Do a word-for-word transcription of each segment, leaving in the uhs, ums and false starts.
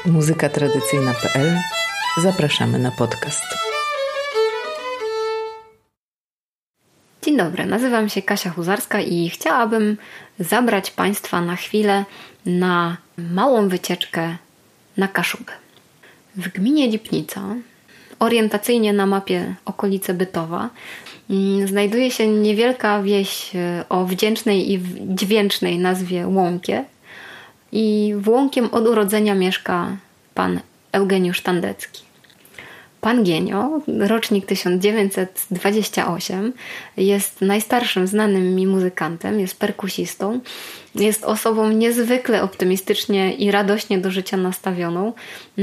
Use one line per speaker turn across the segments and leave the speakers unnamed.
muzyka tradycyjna kropka p l. Zapraszamy na podcast.
Dzień dobry, nazywam się Kasia Huzarska i chciałabym zabrać Państwa na chwilę na małą wycieczkę na Kaszuby. W gminie Lipnica, orientacyjnie na mapie okolice Bytowa, znajduje się niewielka wieś o wdzięcznej i dźwięcznej nazwie Łąkie. I w Łąkiem od urodzenia mieszka pan Eugeniusz Tandecki. Pan Gienio, rocznik tysiąc dziewięćset dwadzieścia osiem, jest najstarszym znanym mi muzykantem, jest perkusistą, jest osobą niezwykle optymistycznie i radośnie do życia nastawioną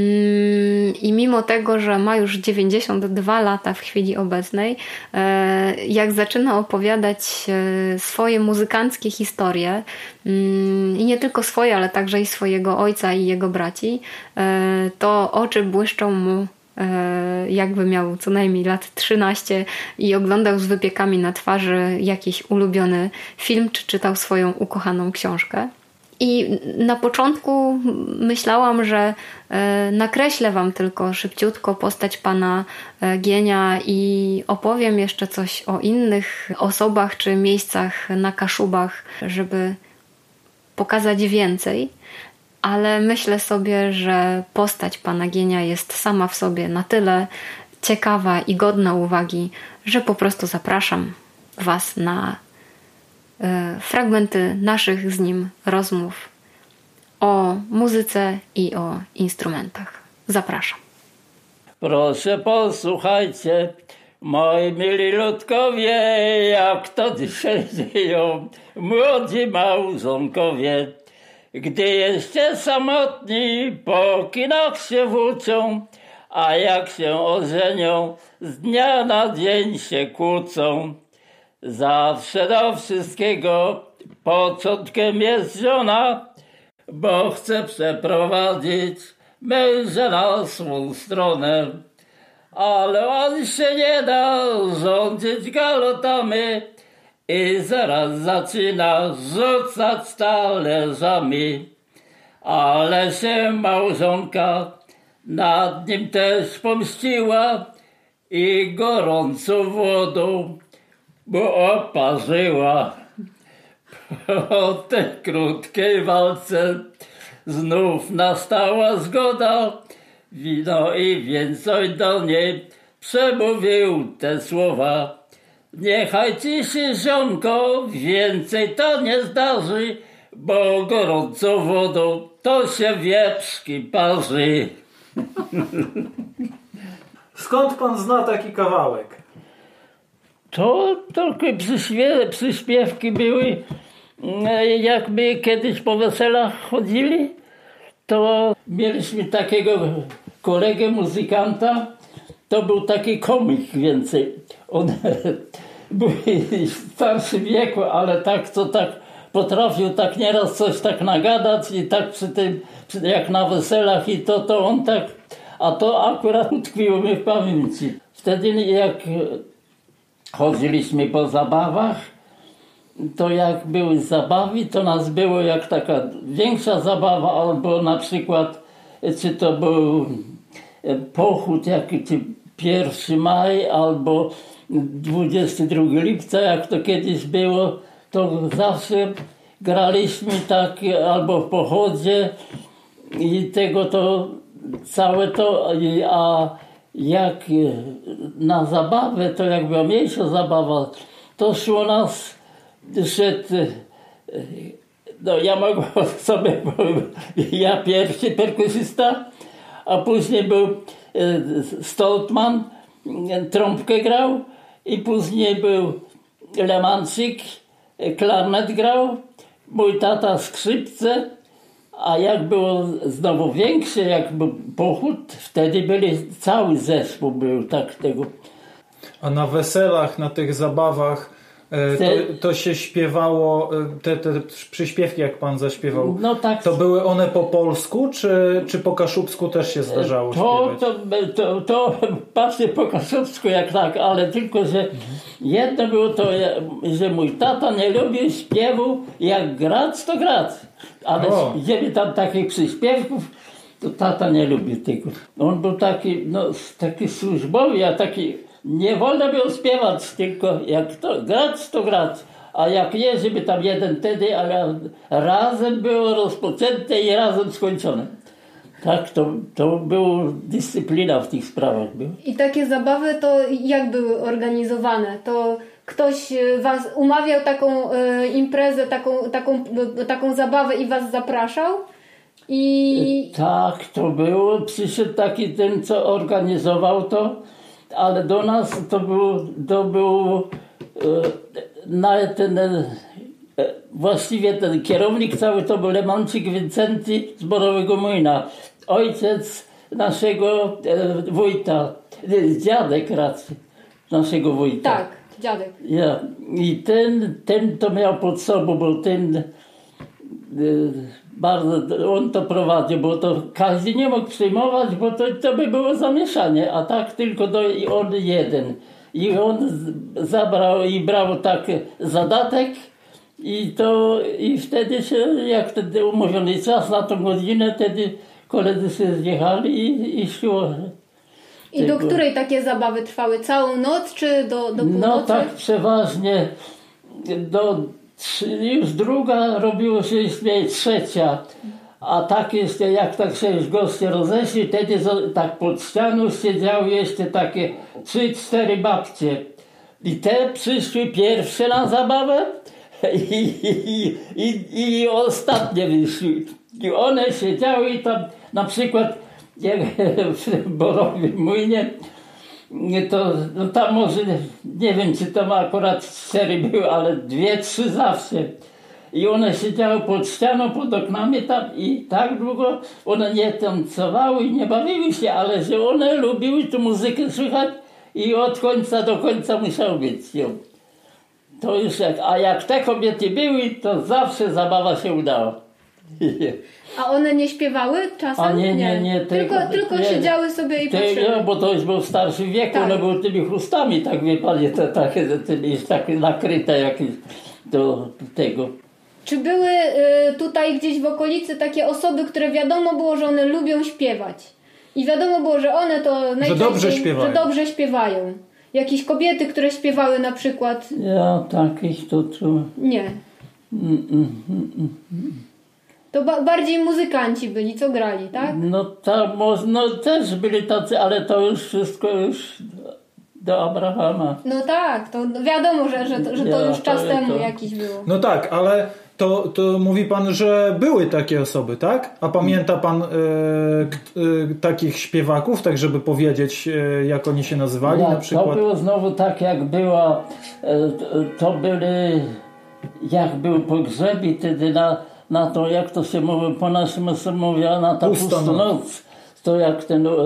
i mimo tego, że ma już dziewięćdziesiąt dwa lata w chwili obecnej, jak zaczyna opowiadać swoje muzykanckie historie i nie tylko swoje, ale także i swojego ojca i jego braci, to oczy błyszczą mu, jakby miał co najmniej lat trzynaście i oglądał z wypiekami na twarzy jakiś ulubiony film, czy czytał swoją ukochaną książkę. I na początku myślałam, że nakreślę Wam tylko szybciutko postać pana Gienia i opowiem jeszcze coś o innych osobach czy miejscach na Kaszubach, żeby pokazać więcej. Ale myślę sobie, że postać pana Gienia jest sama w sobie na tyle ciekawa i godna uwagi, że po prostu zapraszam Was na y, fragmenty naszych z nim rozmów o muzyce i o instrumentach. Zapraszam.
Proszę posłuchajcie, moi mili ludkowie, jak to dzisiaj żyją młodzi małżonkowie. Gdy jeszcze samotni po kinach się włóczą, a jak się ożenią, z dnia na dzień się kłócą. Zawsze do wszystkiego początkiem jest żona, bo chce przeprowadzić męża na swą stronę. Ale on się nie da rządzić galotami, i zaraz zaczyna rzucać talerzami. Ale się małżonka nad nim też pomściła i gorącą wodą mu oparzyła. Po tej krótkiej walce znów nastała zgoda. Wino i więcej do niej przemówił te słowa. Niechaj ci się, żonko, więcej to nie zdarzy, bo gorącą wodą to się wieprzki parzy.
Skąd pan zna taki kawałek?
To takie przyśpiew, przyśpiewki były, jak my kiedyś po weselach chodzili, to mieliśmy takiego kolegę muzykanta, to był taki komik więcej. On był w starszym wieku, ale tak co tak potrafił tak nieraz coś tak nagadać i tak przy tym, przy, jak na weselach i to, to on tak, a to akurat utkwiło mi w pamięci. Wtedy jak chodziliśmy po zabawach, to jak były zabawy, to nas było jak taka większa zabawa, albo na przykład, czy to był pochód, jaki, czy pierwszy maj, albo dwudziestego drugiego lipca, jak to kiedyś było, to zawsze graliśmy tak, albo w pochodzie i tego to całe to, a jak na zabawę, to jak była mniejsza zabawa, to szło nas, szedł, no ja mogłem sobie, ja pierwszy perkusista, a później był Stoltman, trąbkę grał i później był Lemanczyk, klarnet grał, mój tata skrzypce, a jak było znowu większe, jak był pochód, wtedy byli, cały zespół był tak tego.
A na weselach, na tych zabawach to, to się śpiewało, te, te przyśpiewki jak pan zaśpiewał,
no tak.
To były one po polsku, czy, czy po kaszubsku też się zdarzało
to,
śpiewać?
To, to, to patrzę po kaszubsku jak tak, ale tylko, że mhm. jedno było to, że mój tata nie lubił śpiewu, jak grać, to grać. Ale idziemy tam takich przyśpiewków, to tata nie lubił tego. On był taki, no, taki służbowy, a taki, nie wolno było śpiewać, tylko jak to grać, to grać. A jak nie, żeby tam jeden wtedy, ale razem było rozpoczęte i razem skończone. Tak, to, to była dyscyplina w tych sprawach. Była.
I takie zabawy to jak były organizowane? To ktoś was umawiał taką e, imprezę, taką, taką, taką zabawę i was zapraszał? I...
Tak, to było. Przyszedł taki ten, co organizował to, ale do nas to był, to był e, na ten, e, właściwie ten kierownik cały to był Lemancik Wincenty z Borowego Młyna. Ojciec naszego e, wójta, e, dziadek raczej, naszego wójta.
Tak, dziadek.
Ja. I ten, ten to miał pod sobą, bo ten e, bardzo, on to prowadził, bo to każdy nie mógł przyjmować, bo to, to by było zamieszanie, a tak tylko do, i on jeden. I on z, zabrał i brał taki zadatek i to i wtedy się, jak wtedy umówiony czas na tą godzinę, wtedy koledzy się zjechali i, i szło.
I do której takie zabawy trwały? Całą noc czy do, do północy?
No tak przeważnie do już druga robiło się już trzecia. A tak jeszcze, jak tak się już goście rozeszli, wtedy tak pod ścianą siedziały jeszcze takie trzy, cztery babcie. I te przyszły pierwsze na zabawę i, i, i, i ostatnie wyszły. I one siedziały i tam na przykład jak w Borowym Młynie, to no tam może, nie wiem czy to akurat cztery były, ale dwie, trzy zawsze. I one siedziały pod ścianą, pod oknami tam i tak długo one nie tancowały i nie bawiły się, ale że one lubiły tę muzykę słychać i od końca do końca musiał być ją. To już jak, a jak te kobiety były, to zawsze zabawa się udała.
A one nie śpiewały czasem?
A nie, nie, nie. Te,
tylko tylko
nie,
siedziały sobie i
te,
patrzyły.
No, bo to już był w starszym wieku, tak. One były tymi chustami, tak wie pani, to takie, takie nakryte jakieś do tego.
Czy były y, tutaj gdzieś w okolicy takie osoby, które wiadomo było, że one lubią śpiewać? I wiadomo było, że one to najczęściej...
Że dobrze śpiewają.
Że dobrze śpiewają. Jakieś kobiety, które śpiewały na przykład...
Ja takich to... to...
Nie.
Mm, mm, mm, mm.
To ba- bardziej muzykanci byli, co grali, tak?
No tam no, też byli tacy, ale to już wszystko już do Abrahama.
No tak, to wiadomo, że, że, to, że to
ja,
już czas
to,
temu
to.
jakiś było.
No tak, ale to, to mówi pan, że były takie osoby, tak? A pamięta pan e, k, e, takich śpiewaków, tak żeby powiedzieć, e, jak oni się nazywali
Ja,
na przykład?
To było znowu tak jak była, e, to byli, jak był pogrzeb i wtedy na, na to, jak to się mówi, po naszym się mówi, na ta pustonoc, to jak ten e,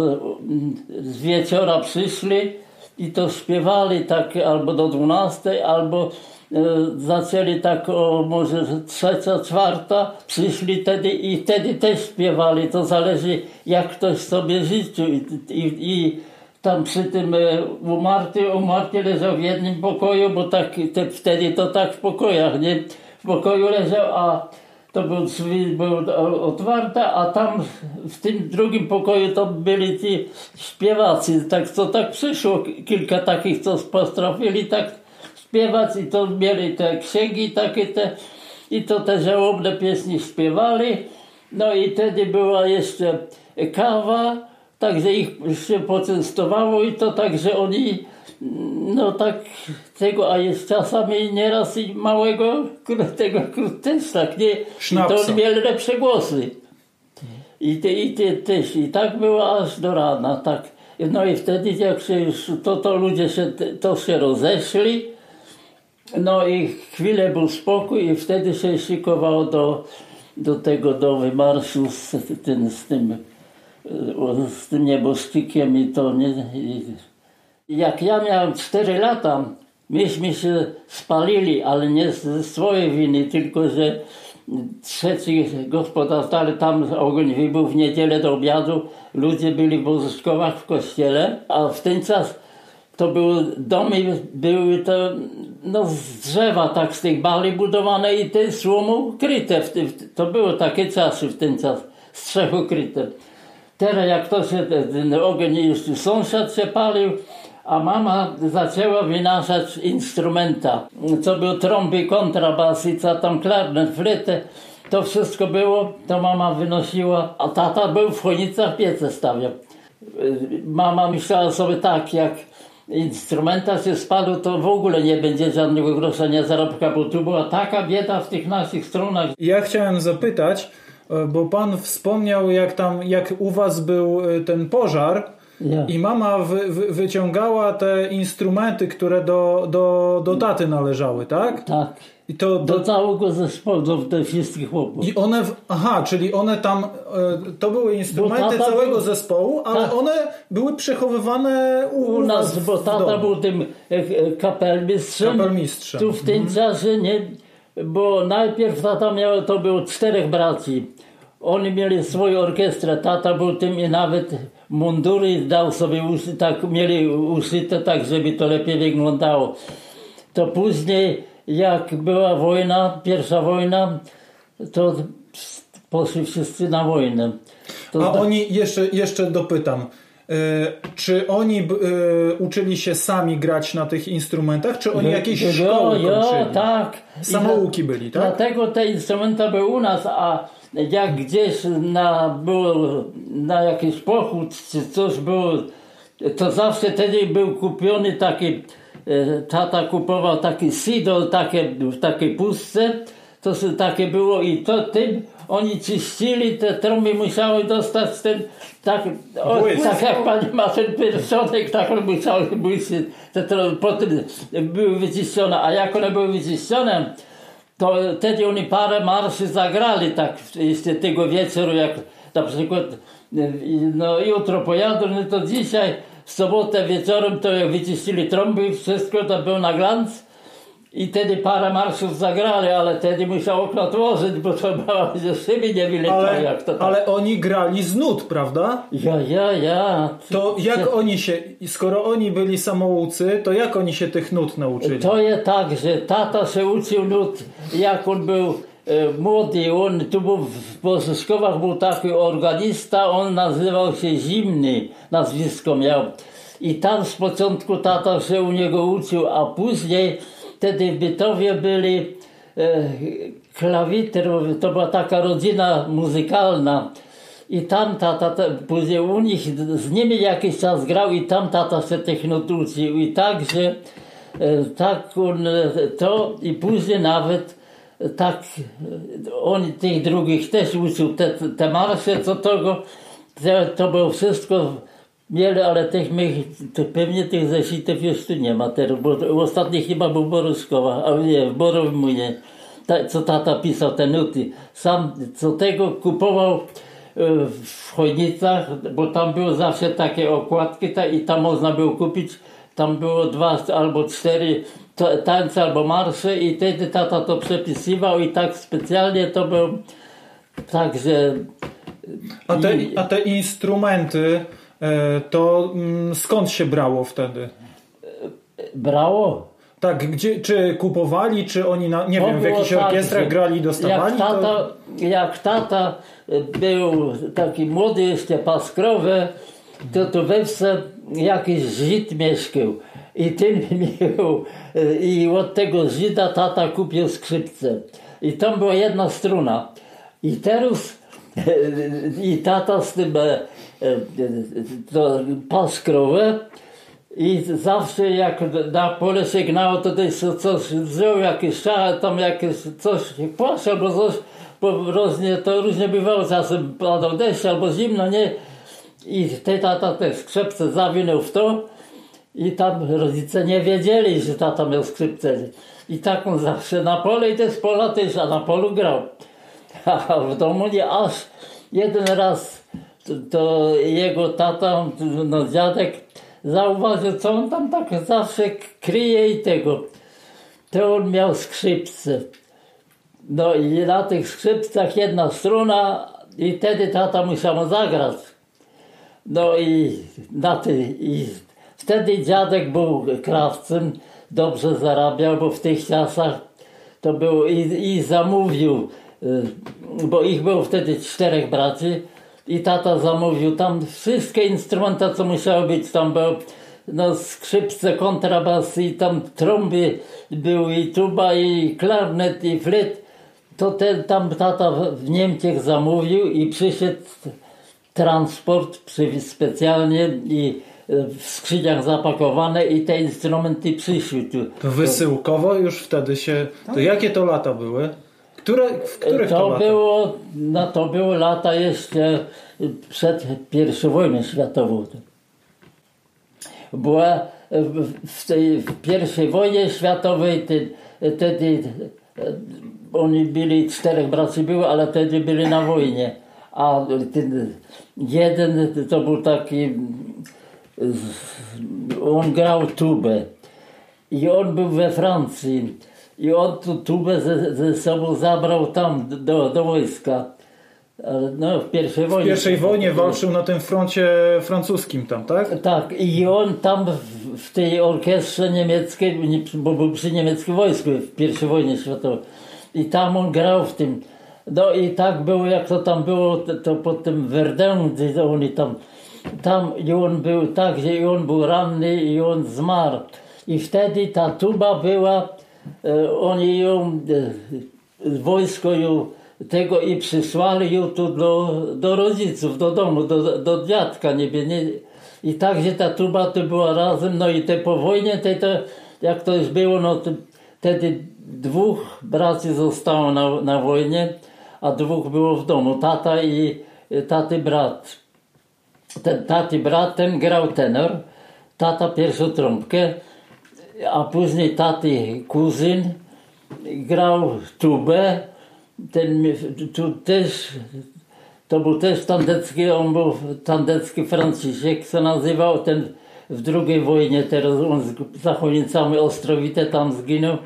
z wieczora przyszli i to śpiewali tak albo do dwunastej, albo e, zaczęli tak o może trzecia, czwarta, przyszli wtedy i wtedy też śpiewali. To zależy jak ktoś sobie życzył i, i, i tam przy tym e, u Marty, u Marty leżał w jednym pokoju, bo tak te, wtedy to tak w pokojach, nie? W pokoju leżał, a to był drzwi były otwarte, a tam w tym drugim pokoju to byli ci śpiewacy, tak co tak przyszło, kilka takich, co potrafili tak śpiewać i to mieli te księgi takie te i to te żałobne pieśni śpiewali. No i wtedy była jeszcze kawa, także ich się poczęstowało i to także oni no tak tego, a jest czasami nieraz i małego tego też tak, nie?
Sznapsa.
I to oni mieli lepsze głosy. I ty, i ty też. I tak było aż do rana, tak. No i wtedy jak się już, to, to ludzie się, to się rozeszli. No i chwilę był spokój i wtedy się szykowało do, do tego, do wymarszu z, ten, z tym z tym nieboszczykiem i to nie... I, jak ja miałem cztery lata, myśmy się spalili, ale nie ze swojej winy, tylko że trzeci gospodarz, ale tam ogień wybuchł w niedzielę do obiadu, ludzie byli w bożyczkowach w kościele, a w ten czas to były domy, były to no, z drzewa, tak z tych bali budowane i te słomą kryte. W tym, to były takie czasy w ten czas, strzech ukryte. Teraz jak to się, ten ogień jeszcze sąsiad się palił, a mama zaczęła wynaszać instrumenta, co był trąby, kontrabas i co tam klarnet, fletę. To wszystko było, to mama wynosiła, a tata był w Chojnicach, piece stawiał. Mama myślała sobie tak, jak instrumenta się spadł, to w ogóle nie będzie żadnego grosza, nie zarobka, bo tu była taka bieda w tych naszych stronach.
Ja chciałem zapytać, bo pan wspomniał, jak tam, jak u was był ten pożar, ja. I mama wy, wy, wyciągała te instrumenty, które do, do, do taty należały, tak?
Tak.
I to
do, do całego zespołu, do tych wszystkich chłopów.
I one, w, aha, czyli one tam, to były instrumenty całego był, zespołu, ale tak. One były przechowywane u,
u nas, bo tata był tym kapelmistrzem.
Kapelmistrzem.
Tu w tym mhm. czasie, nie, bo najpierw tata miał, to było czterech braci. Oni mieli swoją orkiestrę, tata był tym i nawet mundury dał sobie, usy, tak mieli uszyte tak, żeby to lepiej wyglądało. To później, jak była wojna, pierwsza wojna, to poszli wszyscy na wojnę. To
A tak... oni, jeszcze, jeszcze dopytam, yy, czy oni yy, uczyli się sami grać na tych instrumentach, czy oni jakieś jo, szkoły
jo,
kończyli?
Tak.
Samouki byli, tak?
Dlatego te instrumenty były u nas, a jak gdzieś na, było, na jakiś pochód czy coś było, to zawsze wtedy był kupiony taki, tata kupował taki sidol takie, w takiej pustce, to takie było i to tym oni czyścili, te trąby musiały dostać ten, tak, o, tak jak pani ma ten pierścionek, tak on musiał być, te trąby potem były wyczyszczone, a jak one były wyczyszczone, to wtedy oni parę marszy zagrali tak jeszcze tego wieczoru, jak na przykład no jutro pojadą, no to dzisiaj w sobotę wieczorem to jak wyczyścili trąby, wszystko to był na glanc i wtedy parę marszów zagrali, ale wtedy musiał okno otworzyć, bo to było, że szyby nie wyleciały.
Ale,
jak to tak.
ale oni grali z nut, prawda?
Ja, ja, ja.
To jak oni się, skoro oni byli samoucy, to jak oni się tych nut nauczyli?
To jest tak, że tata się uczył nut, jak on był e, młody, on tu był w Bożyszkowach był taki organista, on nazywał się Zimny, nazwisko miał. I tam z początku tata się u niego uczył, a później wtedy w Bytowie byli e, klawiter, to była taka rodzina muzykalna i tam tata, ta, później u nich, z nimi jakiś czas grał i tam tata się tych nut uczył i tak, że e, tak on to i później nawet tak on tych drugich też uczył, te, te marsze, co tego, to, to było wszystko mieli, ale tych mych, to pewnie tych zeszytów już tu nie ma teraz, bo ostatni chyba był Boruszkowa, a nie, w Borowmunie, ta, co tata pisał te nuty. Sam co tego kupował w Chojnicach, bo tam były zawsze takie okładki ta, i tam można było kupić, tam było dwa albo cztery tańce albo marsze i wtedy tata to przepisywał i tak specjalnie to był tak, że...
A te, a te instrumenty to skąd się brało wtedy?
Brało?
Tak, gdzie, czy kupowali, czy oni, na, nie to wiem, w jakichś tak, orkiestrach grali i dostawali?
Jak tata,
to...
jak tata był taki młody jeszcze paskrowy, to tu we wsi jakiś Żyd mieszkał i ten miał i od tego Żyda tata kupił skrzypce i tam była jedna struna i teraz i tata z tym to paskrowe i zawsze jak na pole się gnało, to też coś wziął, jakieś szale, tam jakieś coś płaszcz albo coś, bo różnie, to różnie bywało, czasem padał deszcz albo zimno, nie? I te tata te skrzypce zawinął w to i tam rodzice nie wiedzieli, że tata miał skrzypce. I tak on zawsze na pole i też pola też, a na polu grał. A w domu nie, aż jeden raz to, to jego tata, no dziadek zauważył, co on tam tak zawsze kryje i tego. To on miał skrzypce. No i na tych skrzypcach jedna struna i wtedy tata musiał zagrać. No i na ty, i wtedy dziadek był krawcem, dobrze zarabiał, bo w tych czasach to był i, i zamówił, bo ich było wtedy czterech braci, i tata zamówił tam wszystkie instrumenty, co musiało być. Tam było no, skrzypce, kontrabasy i tam trąby były i tuba i klarnet i flet. To ten, tam tata w Niemczech zamówił i przyszedł transport przywieźł specjalnie i w skrzyniach zapakowane i te instrumenty przyszły tu.
To wysyłkowo już wtedy się... To jakie to lata były? Które, w których to,
to
lata?
było, no to były lata jeszcze przed pierwszą wojną światową. Była w tej w pierwszej wojnie światowej wtedy oni byli, czterech braci było, ale wtedy byli na wojnie. A ten jeden to był taki, on grał tubę i on był we Francji i on tu tubę ze, ze sobą zabrał tam do, do wojska. No, w pierwszej wojnie.
W pierwszej wojnie walczył na tym froncie francuskim tam, tak?
Tak, i on tam w, w tej orkiestrze niemieckiej, bo był przy niemieckim wojsku w pierwszej wojnie światowej i tam on grał w tym. No i tak było, jak to tam było, to, to po tym Verdun, gdzie oni tam, tam i on był tak, że i on był ranny i on zmarł. I wtedy ta tuba była, e, oni ją, e, wojsko ją tego i przysłali ją tu do, do rodziców, do domu, do, do dziadka niebie. Nie, i tak, że ta tuba to była razem, no i te po wojnie, te, to, jak to już było, no to wtedy dwóch braci zostało na, na wojnie, a dwóch było w domu, tata i taty brat. Ten taty brat, ten grał tenor, tata pierwszą trąbkę, a później taty kuzyn grał tubę, ten tu też, to był też tandecki, on był tandecki Franciszek, się nazywał, ten w drugiej wojnie, teraz on za Chojnicami Ostrowite tam zginął.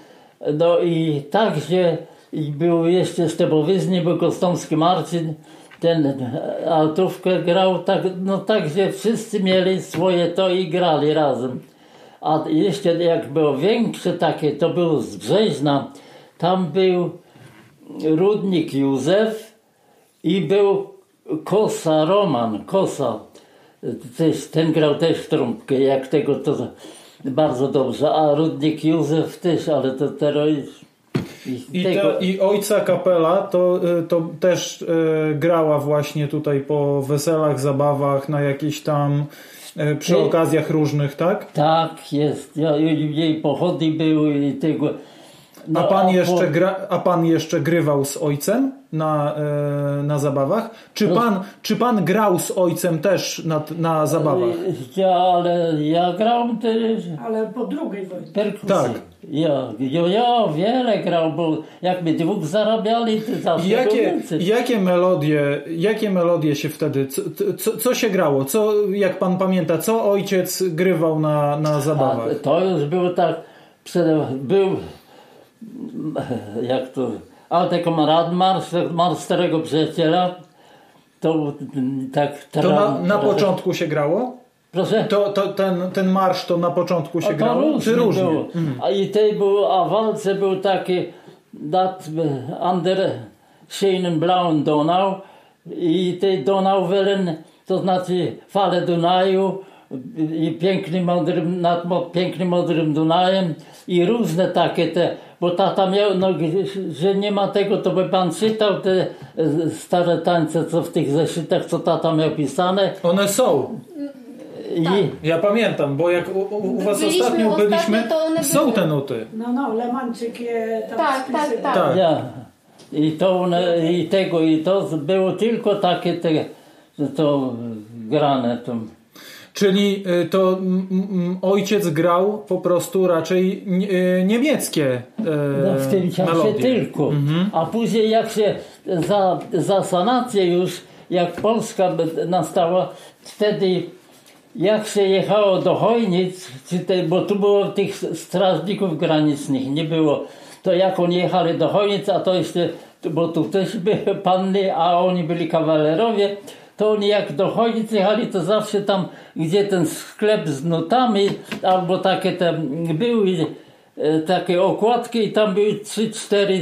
No i tak się i był jeszcze Stebowyzny, był Kostomski Marcin, ten altówkę grał, tak, no tak, że wszyscy mieli swoje to i grali razem. A jeszcze jak było większe takie, to było z Brzeźna, tam był Rudnik Józef i był Kosa Roman, Kosa. Też, ten grał też w trąbkę, jak tego to bardzo dobrze, a Rudnik Józef też, ale to teraz...
I, te, I ojca kapela to, to też e, grała właśnie tutaj po weselach, zabawach, na jakichś tam e, przy Ty, okazjach różnych, tak?
Tak, jest. Ja, jej pochody były i tego. No,
a, pan
a,
jeszcze
po...
gra, a pan jeszcze grywał z ojcem na, e, na zabawach? Czy, no, pan, czy pan grał z ojcem też na, na zabawach?
Ja, ale ja grałem też.
Ale po drugiej wojnie.
Perkusji.
Tak.
Ja, ja, ja wiele grał, bo jak my dwóch zarabiali, to zawsze
jakie, jakie melodie, jakie melodie się wtedy, co, co, co się grało? Co, jak pan pamięta, co ojciec grywał na, na zabawach?
A, to już było tak, był jak to, ale taki marsz, marsz starego przyjaciela, to tak...
To na, na początku się grało?
Proszę?
To, to ten, ten marsz to na początku się grało?
Różnie
czy różnie?
Było. Mm. A i tej był, a walce był taki dat under schönen blauen Donau i tej Donauwellen, to znaczy fale Dunaju i pięknym modrym, nad pięknym modrym Dunajem i różne takie te, bo tata miał, no, że nie ma tego, to by pan czytał te stare tańce, co w tych zeszytach, co tata miał pisane.
One są.
I...
Tak.
Ja pamiętam, bo jak u, u was
byliśmy
ostatnio byliśmy,
ostatnio, to one
są
były.
te nuty.
No, no, Lemanczyk je tam
Tak, tak, tak.
Tak.
Ja. I to one, i tego, i to było tylko takie te, to grane to.
Czyli to m, m, ojciec grał po prostu raczej nie, niemieckie e,
no, w tym czasie
melodie.
tylko. Mhm. A później jak się za, za sanację już, jak Polska nastała, wtedy jak się jechało do Chojnic, czy te, bo tu było tych strażników granicznych, nie było, to jak oni jechali do Chojnic, a to jeszcze, bo tu też były panny, a oni byli kawalerowie, to oni jak do Chojnic jechali, to zawsze tam, gdzie ten sklep z nutami, albo takie tam były takie okładki i tam były trzy, cztery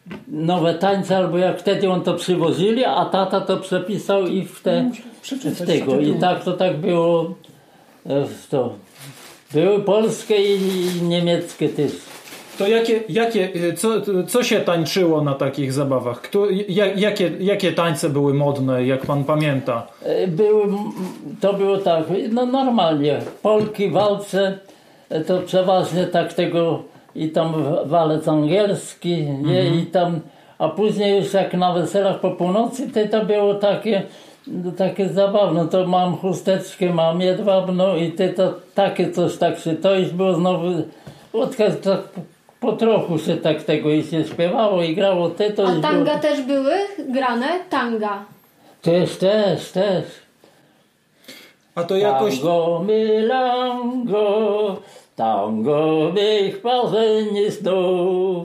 nowe tańce, albo jak wtedy on to przywozili, a tata to przepisał i w, te, w tego. I tak to tak było. W to. Były polskie i niemieckie też.
To jakie, jakie, co, co się tańczyło na takich zabawach? Kto, jakie, jakie tańce były modne, jak pan pamięta?
Były, to było tak, no normalnie, polki, walce, to przeważnie tak tego i tam walec angielski, nie, mhm. i tam, a później już jak na weselach po północy, to, to było takie, takie zabawne, to mam chusteczkę, mam jedwabną i to, to takie coś tak się, to już było znowu, odkaz, tak, po trochu się tak tego i się śpiewało i grało. Te to
A tanga
było...
też były grane? Tanga.
Też, też, też.
A to jakoś...
Tango milango, tango mych marzeń snu.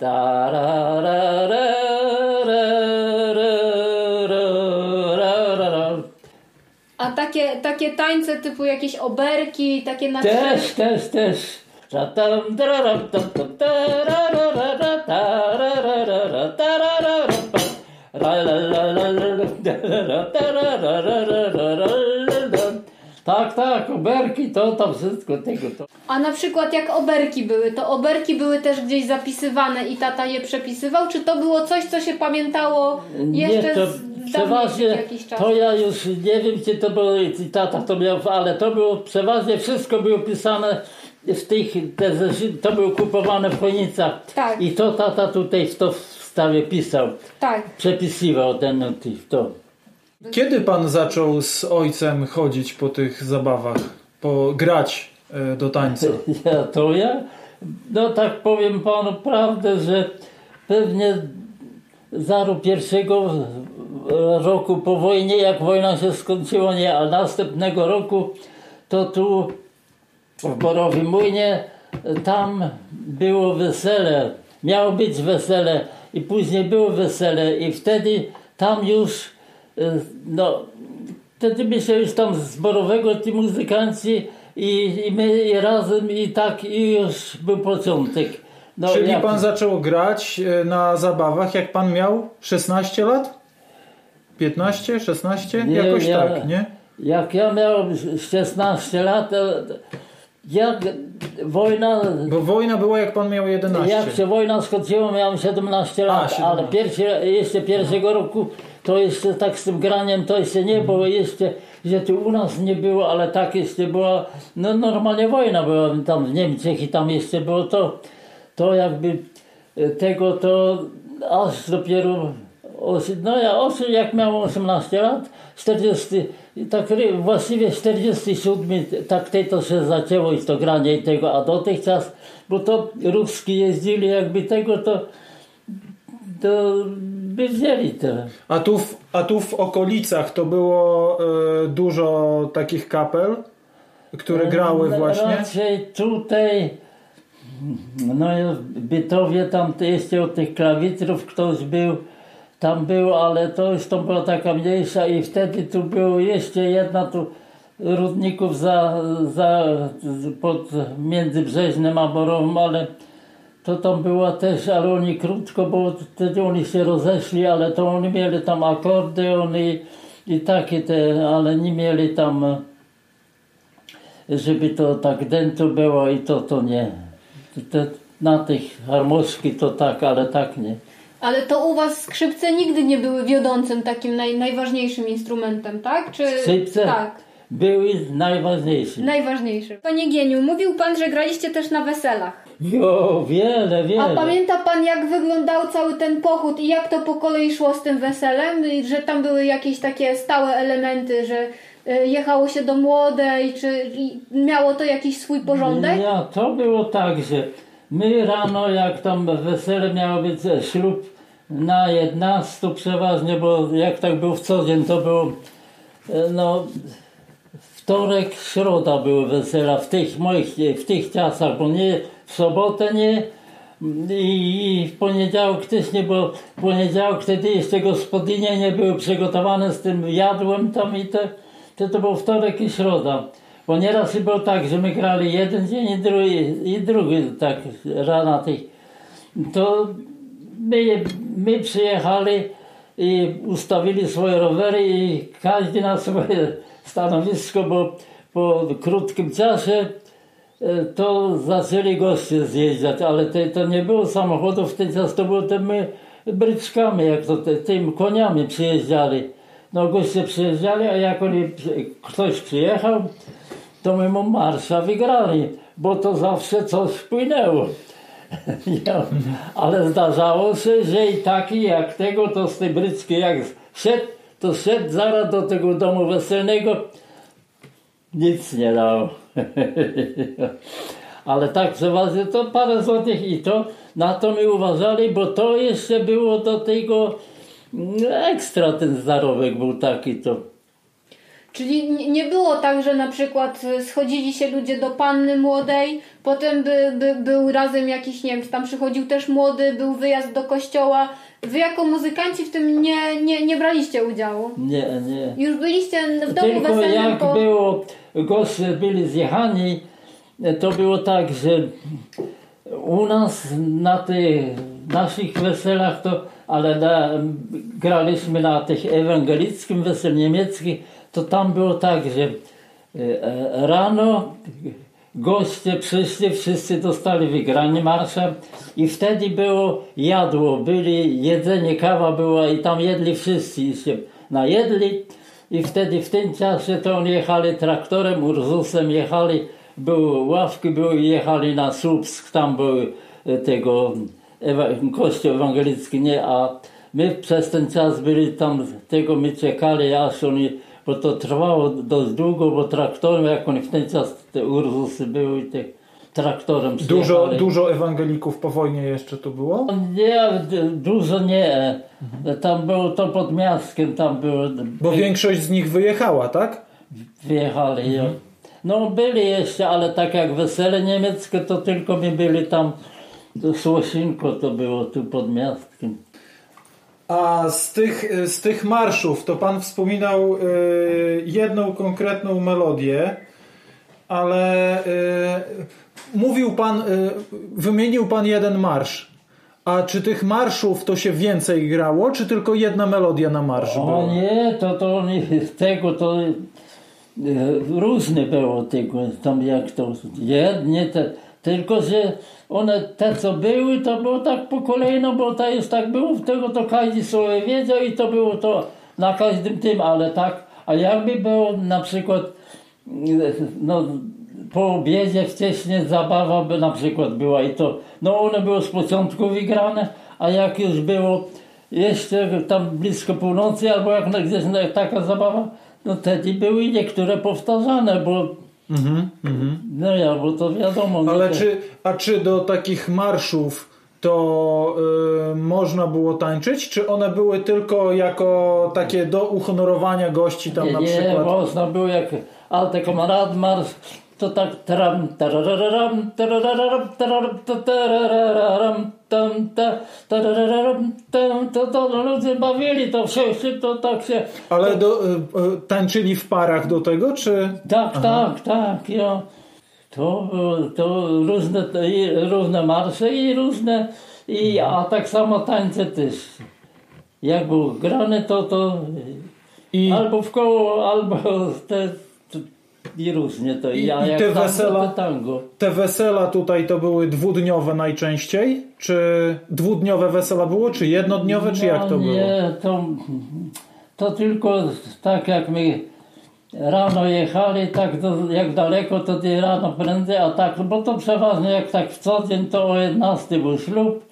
A takie, takie tańce typu jakieś oberki, takie na
Też, też, też. Tak, tak, oberki, to tam wszystko tego to.
A na przykład jak oberki były, to oberki były też gdzieś zapisywane i tata je przepisywał, czy to było coś, co się pamiętało jeszcze
nie, to
z
przeważnie,
jakiś czas?
to ja już nie wiem, czy to było, i tata to miał, ale to było przeważnie, wszystko było pisane w tych, te, to było kupowane w Chojnicach.
Tak.
I to tata tutaj w to w stawie pisał.
Tak.
Przepisywał ten, to.
Kiedy pan zaczął z ojcem chodzić po tych zabawach? Po grać y, do tańca?
Ja to ja? No tak powiem panu prawdę, że pewnie zaraz pierwszego roku po wojnie, jak wojna się skończyła, nie, a następnego roku to tu w Borowym Młynie tam było wesele, miało być wesele i później było wesele i wtedy tam już no wtedy my się już tam z Borowego ci muzykanci i, i my razem i tak i już był początek. No,
Czyli
jak...
pan zaczął grać na zabawach jak pan miał szesnaście lat? piętnaście, szesnaście?
Nie,
Jakoś
ja,
tak, nie?
Jak ja miałem szesnaście lat, jak wojna...
Bo wojna była jak pan miał jedenaście.
Jak się wojna skończyła, miałem siedemnaście lat, A, siedemnaście. Ale pierwszy, jeszcze pierwszego roku to jeszcze tak z tym graniem to jeszcze nie było, jeszcze, że tu u nas nie było, ale tak jeszcze była, no normalnie wojna była tam w Niemczech i tam jeszcze było to, to jakby tego to aż dopiero, no ja jak miałem osiemnaście lat, czterdziesty, tak właściwie czterdziesty siódmy, tak to się zaczęło i to granie i tego, a dotychczas, bo to Ruski jeździli jakby tego, to to by wzięli tyle.
A tu w, a tu w okolicach to było e, dużo takich kapel, które grały
no,
właśnie?
Raczej tutaj, no w Bytowie tam jeszcze od tych klawitrów ktoś był, tam był, ale to już to była taka mniejsza i wtedy tu było jeszcze jedna tu Rudników za, za pod między Brzeźnem a Borową, ale to tam była też, ale oni krótko, bo wtedy oni się rozeszli, ale to oni mieli tam akordeon i, i takie te, ale nie mieli tam, żeby to tak dęto było i to to nie. Te, na tych harmoszki to tak, ale tak nie.
Ale to u was skrzypce nigdy nie były wiodącym takim naj, najważniejszym instrumentem, tak? Czy...
Skrzypce?
Tak.
Były najważniejsze.
Najważniejsze. Panie Gieniu, mówił pan, że graliście też na weselach.
Jo, wiele, wiele.
A pamięta pan, jak wyglądał cały ten pochód i jak to po kolei szło z tym weselem? I że tam były jakieś takie stałe elementy, że jechało się do młodej, czy miało to jakiś swój porządek?
Ja, to było tak, że my rano, jak tam wesele miało być, ślub na jedenastu przeważnie, bo jak tak był w co dzień, to było no wtorek, środa były wesela w tych moich, w tych czasach, bo nie w sobotę nie i w poniedziałek też nie, bo w poniedziałek wtedy jeszcze gospodynie nie były przygotowane z tym jadłem tam i te, to, to był wtorek i środa. Bo nieraz było tak, że my grali jeden dzień i drugi, i drugi tak rana tych. To my, my przyjechali i ustawili swoje rowery i każdy na swoje stanowisko, bo po krótkim czasie to zaczęli goście zjeżdżać, ale te, to nie było samochodów, w ten czas to było tymi bryczkami, jak to te, tymi koniami przyjeżdżali. No goście przyjeżdżali, a jak oni, ktoś przyjechał, to my mu marsza wygrali, bo to zawsze coś wpłynęło. Ja, ale zdarzało się, że i taki jak tego, to z tej bryczki jak szedł, to szedł zaraz do tego domu weselnego, nic nie dało. Ale tak przeważnie to parę złotych i to na to mi uważali, bo to jeszcze było do tego ekstra, ten zarobek był taki to.
Czyli nie było tak, że na przykład schodzili się ludzie do panny młodej, potem by, by, był razem jakiś, nie wiem, tam przychodził też młody, był wyjazd do kościoła. Wy jako muzykanci w tym nie, nie, nie braliście udziału?
Nie, nie.
Już byliście w domu
Tylko
weselnym
jak
po...
było, goście byli zjechani, to było tak, że u nas na tych naszych weselach to, ale na, graliśmy na tych ewangelickich wesel niemieckich, to tam było tak, że rano goście przyszli, wszyscy dostali wygranie marsza i wtedy było jadło, byli jedzenie, kawa była i tam jedli wszyscy i się najedli i wtedy w tym czasie to oni jechali traktorem, Urzusem jechali, były ławki, były, jechali na Słupsk, tam były tego kościół ewangelicki, nie, a my przez ten czas byli tam, tego my czekali, aż oni, bo to trwało dość długo, bo traktorem, jak oni w ten czas te Urzusy były i te traktorem
Dużo, dużo ewangelików po wojnie jeszcze tu było?
Nie, dużo nie. Tam było to pod miastkiem, tam było...
Bo większość z nich wyjechała, tak?
Wyjechali, mhm. Ja. No byli jeszcze, ale tak jak wesele niemieckie, to tylko my byli tam, to Słosinko to było tu pod miastkiem.
A z tych, z tych marszów to pan wspominał y, jedną konkretną melodię, ale y, mówił pan, y, wymienił pan jeden marsz. A czy tych marszów to się więcej grało, czy tylko jedna melodia na marsz była?
O nie, to, to tego to y, różne było tego, tam jak to, jednie te, tylko że one, te co były, to było tak po kolei, no bo to jest tak było, tego to każdy sobie wiedział i to było to na każdym tym, ale tak, a jakby było na przykład, no po obiedzie wcześniej zabawa by na przykład była i to, no one były z początku wygrane, a jak już było jeszcze tam blisko północy albo jak gdzieś taka zabawa, no wtedy były niektóre powtarzane, bo
Mhm, mhm.
no ja, bo to wiadomo.
Ale
nie,
czy, a czy do takich marszów to y, można było tańczyć, czy one były tylko jako takie do uhonorowania gości tam
nie,
na
nie,
przykład?
Nie, można było jak Alte Kamerad Marsz, to tak tram tarararam tarararam tararam tarararam tam ta tarararam tam to to ludzie bawili to wszyscy to tak się.
Ale do, y, y, tańczyli w parach do tego, czy?
Tak,
Aha.
tak, tak, ja. To, to różne, różne marsze i różne, i, a tak samo tańce też. Jak było grane, to to I... albo w koło, albo te, i różnie to.
I,
ja,
i
jak
te,
tango,
wesela,
to tango.
te wesela tutaj to były dwudniowe najczęściej? Czy dwudniowe wesela było, czy jednodniowe,
no,
czy jak to
nie,
było?
Nie, to, to tylko tak jak my rano jechali, tak do, jak daleko, to rano prędzej, a tak, bo to przeważnie jak tak w co dzień, to o jedenastej był ślub.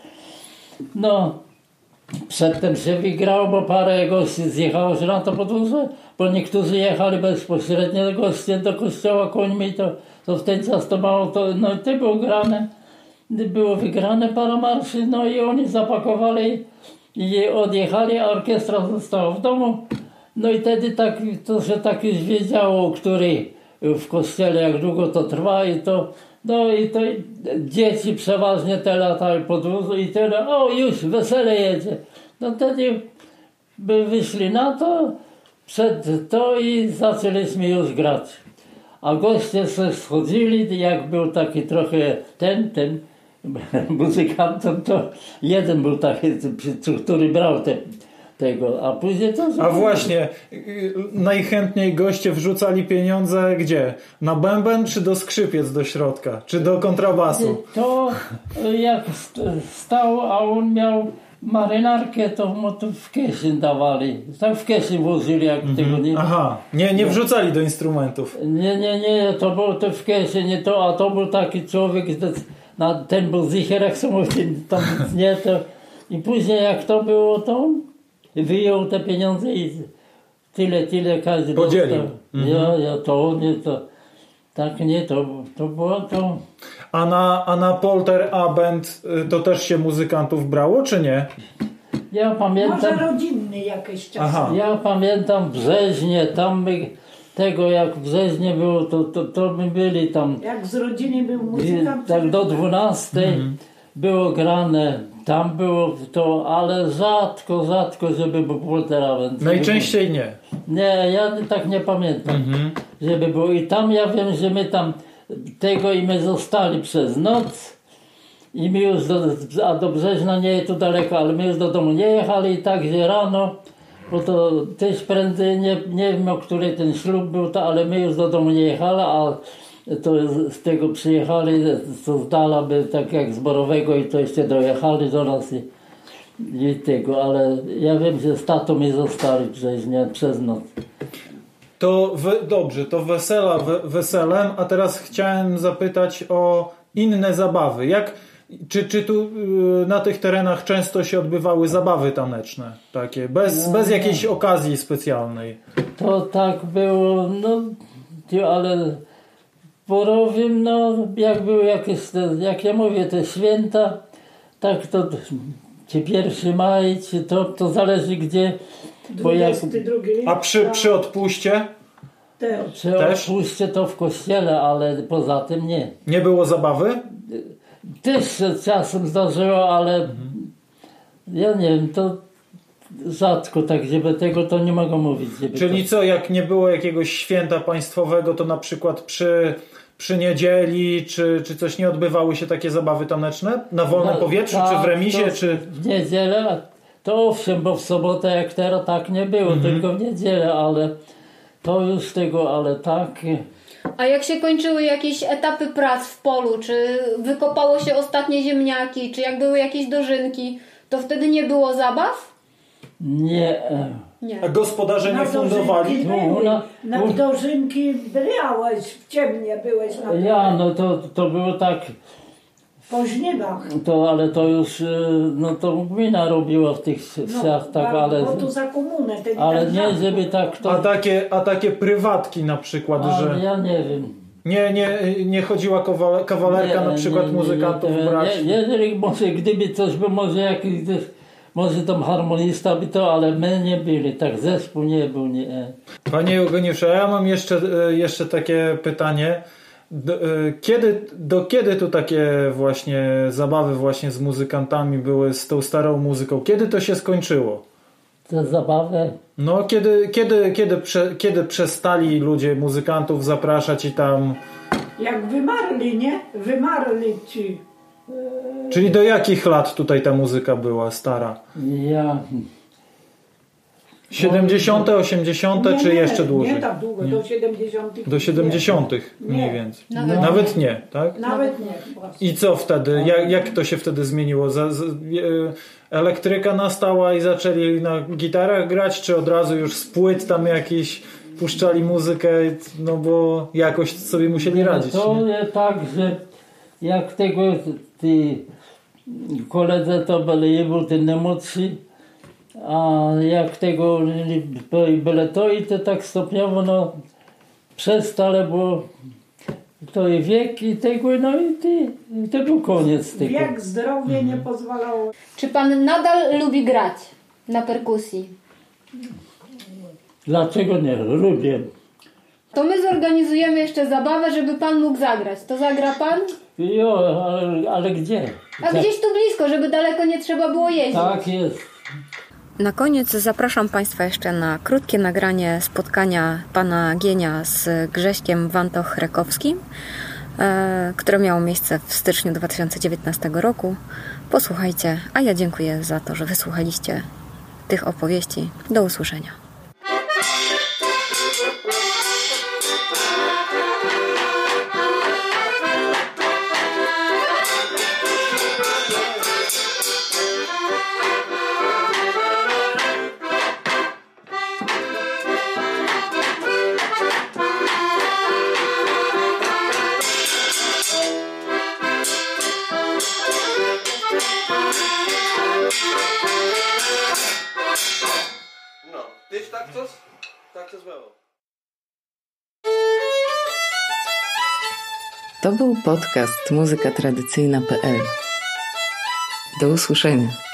No, przedtem się wygrało, bo parę gości zjechało się na to podwórze, bo niektórzy jechali bezpośrednio goście do kościoła końmi, to, to w ten czas to mało, to, no i to było grane, było wygrane parę marszy, no i oni zapakowali i odjechali, a orkiestra została w domu. No i wtedy tak, to się tak już wiedziało, który w kościele, jak długo to trwa i to, no i to dzieci przeważnie te latały pod wóz i tyle, o już wesele jedzie. No wtedy by wyszli na to, przed to i zaczęliśmy już grać. A goście się schodzili, jak był taki trochę ten, ten, muzykantem, to jeden był taki, który brał te, tego, a później to...
A właśnie, najchętniej goście wrzucali pieniądze gdzie? Na bęben czy do skrzypiec do środka? Czy do kontrabasu?
To jak stał, a on miał marynarkę, to mu to w kieszeń dawali. Tak w kieszeń włożyli, jak mm-hmm. tego nie...
Aha, nie, nie wrzucali do instrumentów.
Nie, nie, nie, to było to w kieszeni, to, a to był taki człowiek, na, ten był zicher, jak samochód, tam nie, to... I później jak to było, to wyjął te pieniądze i tyle, tyle każdy
podzielił.
dostał. Mm-hmm. Ja, ja, to nie, to... Tak nie, to, to było to...
A na, a na Polter Abend to też się muzykantów brało, czy nie?
Ja pamiętam...
Może rodzinny jakieś czasy.
Aha.
Ja pamiętam Brzeźnie, tam my, tego jak w Brzeźnie było, to, to, to my byli tam...
Jak z rodziny był muzykant?
Tak do dwunastej mm. było grane, tam było to, ale rzadko, rzadko, żeby był Polter Abend.
Najczęściej nie.
Nie, ja tak nie pamiętam, mm-hmm. żeby było. I tam ja wiem, że my tam tego i my zostali przez noc i my już do, a do Brzeźna nie jest tu daleko, ale my już do domu nie jechali i tak, że rano, bo to też prędzej, nie, nie wiem o której ten ślub był, to, ale my już do domu nie jechali, a to z tego przyjechali, co z dala by, tak jak z Borowego i to jeszcze dojechali do nas i, i tego, ale ja wiem, że z tatą mi zostali w Brzeźnie przez noc.
To we, dobrze, to wesela we, weselem, a teraz chciałem zapytać o inne zabawy. Jak, czy, czy tu y, na tych terenach często się odbywały zabawy taneczne? Takie, bez, no, bez jakiejś no. okazji specjalnej?
To tak było, no, ale porowiem, no, jak były jakieś, te, jak ja mówię, te święta, tak to, czy pierwszy maj, czy to, to zależy gdzie. Bo jak,
a przy, przy odpuście?
Też.
Przy odpuście to w kościele, ale poza tym nie.
Nie było zabawy?
Też się czasem zdarzyło, ale mhm. ja nie wiem, to rzadko tak, żeby tego to nie mogę mówić.
Czyli
to...
co, jak nie było jakiegoś święta państwowego, to na przykład przy, przy niedzieli, czy, czy coś nie odbywały się takie zabawy taneczne? Na wolnym no, powietrzu, tak, czy w remizie? Czy...
W niedzielę to owszem, bo w sobotę jak teraz tak nie było, mhm. tylko w niedzielę, ale to już tego, ale tak.
A jak się kończyły jakieś etapy prac w polu, czy wykopało się ostatnie ziemniaki, czy jak były jakieś dożynki, to wtedy nie było zabaw?
Nie.
nie.
A gospodarze nie fundowali?
Były. Na, na dożynki brałeś, w ciemnie byłeś na tym.
Ja, no to, to było tak...
Po żniwach.
To, ale to już, no to gmina robiła w tych wsiach, no, tak, ale...
Bo tu za komunę.
Ale
tak
nie, żeby tak... To...
A, takie, a takie prywatki na przykład,
a,
że...
Ja nie wiem.
Nie, nie, nie chodziła kowal, kawalerka
nie,
na przykład nie, nie, muzykantów
nie,
brać?
Nie, jeżeli może, gdyby coś był, może jakiś... Może tam harmonista by to, ale my nie byli, tak zespół nie był, nie.
Panie Eugeniuszu, ja mam jeszcze, jeszcze takie pytanie. Do, kiedy, do kiedy tu takie właśnie zabawy właśnie z muzykantami były, z tą starą muzyką? Kiedy to się skończyło?
Te zabawy?
No, kiedy, kiedy, kiedy, prze, kiedy przestali ludzie muzykantów zapraszać i tam...
Jak wymarli, nie? Wymarli ci.
Czyli do jakich lat tutaj ta muzyka była stara?
Ja...
siedemdziesiąte, osiemdziesiąte,
nie,
czy
nie,
jeszcze dłużej?
Nie tak długo, nie. do siedemdziesiątych.
Do siedemdziesiątych mniej
nie.
więcej.
Nawet,
no. Nawet nie, tak?
Nawet nie. Właśnie.
I co wtedy? Jak, jak to się wtedy zmieniło? Za, za, elektryka nastała i zaczęli na gitarach grać, czy od razu już z płyt tam jakiś puszczali muzykę, no bo jakoś sobie musieli radzić.
To
nie?
tak, że jak tego ty koledzy to byli, był ten najmłodszy, a jak tego byle to i to tak stopniowo no przestale, bo to i wiek i tego, no i ty, to był koniec tego.
Wiek, zdrowie mhm. nie pozwalało.
Czy pan nadal lubi grać na perkusji?
Dlaczego nie? Lubię.
To my zorganizujemy jeszcze zabawę, żeby pan mógł zagrać. To zagra pan?
Jo, ale, ale gdzie?
A tak. Gdzieś tu blisko, żeby daleko nie trzeba było jeździć.
Tak jest.
Na koniec zapraszam Państwa jeszcze na krótkie nagranie spotkania pana Gienia z Grześkiem Wantoch-Rekowskim. które miało miejsce w styczniu dwa tysiące dziewiętnastego roku. Posłuchajcie, a ja dziękuję za to, że wysłuchaliście tych opowieści. Do usłyszenia.
To był podcast muzyka tradycyjna kropka p l. Do usłyszenia.